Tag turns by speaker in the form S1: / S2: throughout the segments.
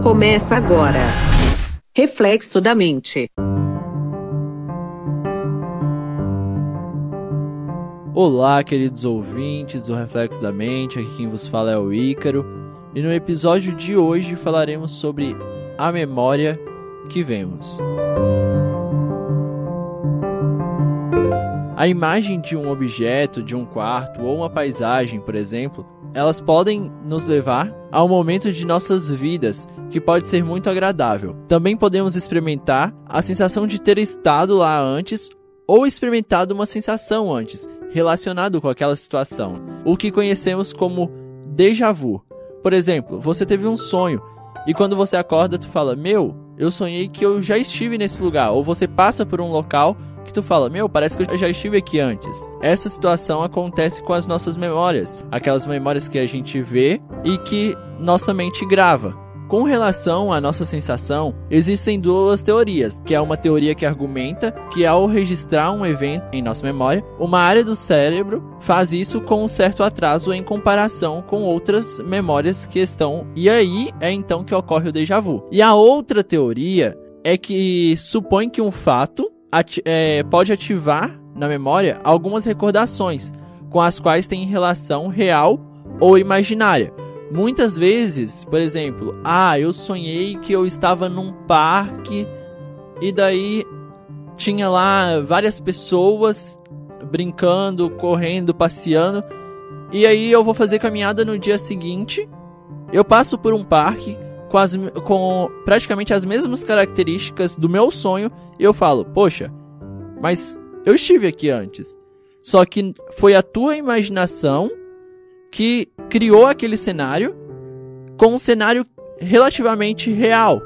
S1: Começa agora. Reflexo da mente.
S2: Olá, queridos ouvintes do Reflexo da Mente, aqui quem vos fala é o Ícaro, e no episódio de hoje falaremos sobre a memória que vemos. A imagem de um objeto, de um quarto ou uma paisagem, por exemplo, elas podem nos levar a um momento de nossas vidas que pode ser muito agradável. Também podemos experimentar a sensação de ter estado lá antes ou experimentado uma sensação antes, relacionado com aquela situação, o que conhecemos como déjà vu. Por exemplo, você teve um sonho e quando você acorda tu fala, eu sonhei que eu já estive nesse lugar, ou você passa por um local que tu fala, parece que eu já estive aqui antes. Essa situação acontece com as nossas memórias, aquelas memórias que a gente vê e que nossa mente grava. Com relação à nossa sensação, existem duas teorias, que é uma teoria que argumenta que ao registrar um evento em nossa memória, uma área do cérebro faz isso com um certo atraso em comparação com outras memórias que estão, e aí é então que ocorre o déjà vu. E a outra teoria é que supõe que um fato pode ativar na memória algumas recordações, com as quais tem relação real ou imaginária. Muitas vezes, por exemplo, eu sonhei que eu estava num parque e daí tinha lá várias pessoas brincando, correndo, passeando, e aí eu vou fazer caminhada no dia seguinte, eu passo por um parque com praticamente as mesmas características do meu sonho e eu falo, poxa, mas eu estive aqui antes. Só que foi a tua imaginação que criou aquele cenário com um cenário relativamente real.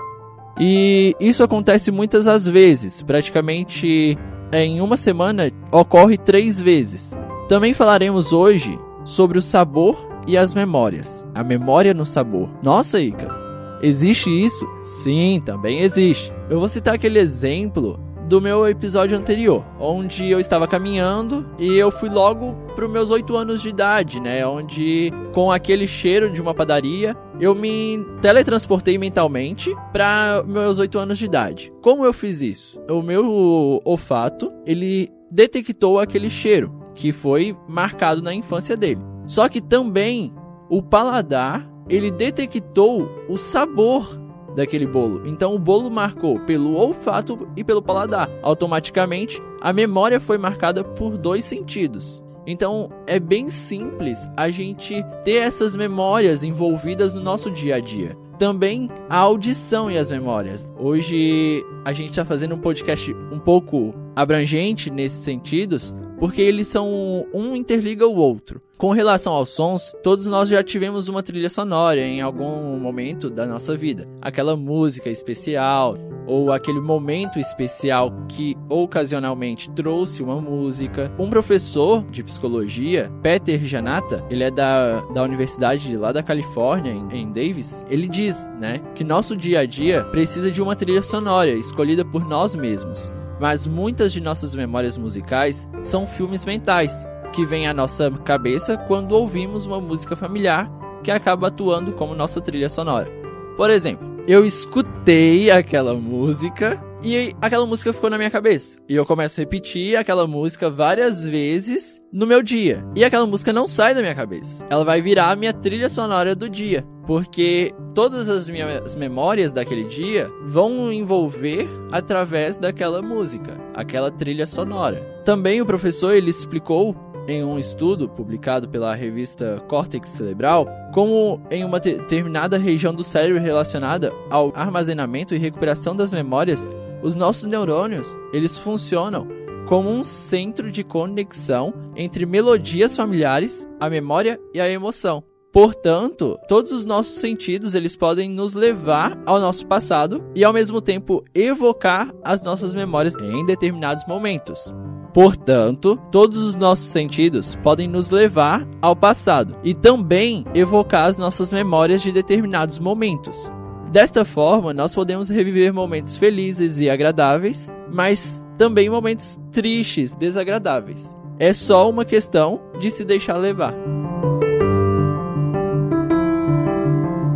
S2: E isso acontece muitas das vezes, praticamente em uma semana ocorre 3 vezes. Também falaremos hoje sobre o sabor e as memórias. A memória no sabor. Nossa, Ícaro, existe isso? Sim, também existe. Eu vou citar aquele exemplo do meu episódio anterior, onde eu estava caminhando e eu fui logo para os meus 8 anos de idade, né? Onde, com aquele cheiro de uma padaria, eu me teletransportei mentalmente para meus 8 anos de idade. Como eu fiz isso? O meu olfato, ele detectou aquele cheiro, que foi marcado na infância dele. Só que também o paladar, ele detectou o sabor daquele bolo. Então o bolo marcou pelo olfato e pelo paladar. Automaticamente, a memória foi marcada por 2 sentidos. Então é bem simples a gente ter essas memórias envolvidas no nosso dia a dia. Também a audição e as memórias. Hoje a gente está fazendo um podcast um pouco abrangente nesses sentidos, porque eles são, um interliga o outro. Com relação aos sons, todos nós já tivemos uma trilha sonora em algum momento da nossa vida. Aquela música especial, ou aquele momento especial que ocasionalmente trouxe uma música. Um professor de psicologia, Peter Janata, ele é da universidade lá da Califórnia, em Davis, ele diz, que nosso dia a dia precisa de uma trilha sonora escolhida por nós mesmos. Mas muitas de nossas memórias musicais são filmes mentais, que vêm à nossa cabeça quando ouvimos uma música familiar que acaba atuando como nossa trilha sonora. Por exemplo, eu escutei aquela música e aquela música ficou na minha cabeça. E eu começo a repetir aquela música várias vezes no meu dia. E aquela música não sai da minha cabeça. Ela vai virar a minha trilha sonora do dia. Porque todas as minhas memórias daquele dia vão envolver através daquela música, aquela trilha sonora. Também o professor ele explicou em um estudo publicado pela revista Córtex Cerebral como em uma determinada região do cérebro relacionada ao armazenamento e recuperação das memórias, os nossos neurônios eles funcionam como um centro de conexão entre melodias familiares, a memória e a emoção. Portanto, todos os nossos sentidos eles podem nos levar ao nosso passado e ao mesmo tempo evocar as nossas memórias em determinados momentos. Portanto, todos os nossos sentidos podem nos levar ao passado e também evocar as nossas memórias de determinados momentos. Desta forma, nós podemos reviver momentos felizes e agradáveis, mas também momentos tristes, desagradáveis. É só uma questão de se deixar levar.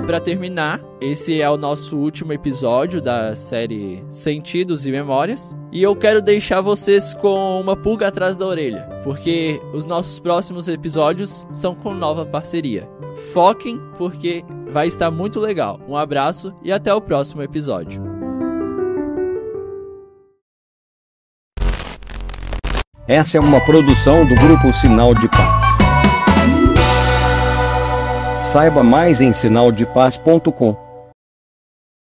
S2: para terminar, esse é o nosso último episódio da série Sentidos e Memórias. E eu quero deixar vocês com uma pulga atrás da orelha, porque os nossos próximos episódios são com nova parceria. Foquem, porque vai estar muito legal. Um abraço e até o próximo episódio.
S3: Essa é uma produção do Grupo Sinal de Paz. Saiba mais em sinaldepaz.com.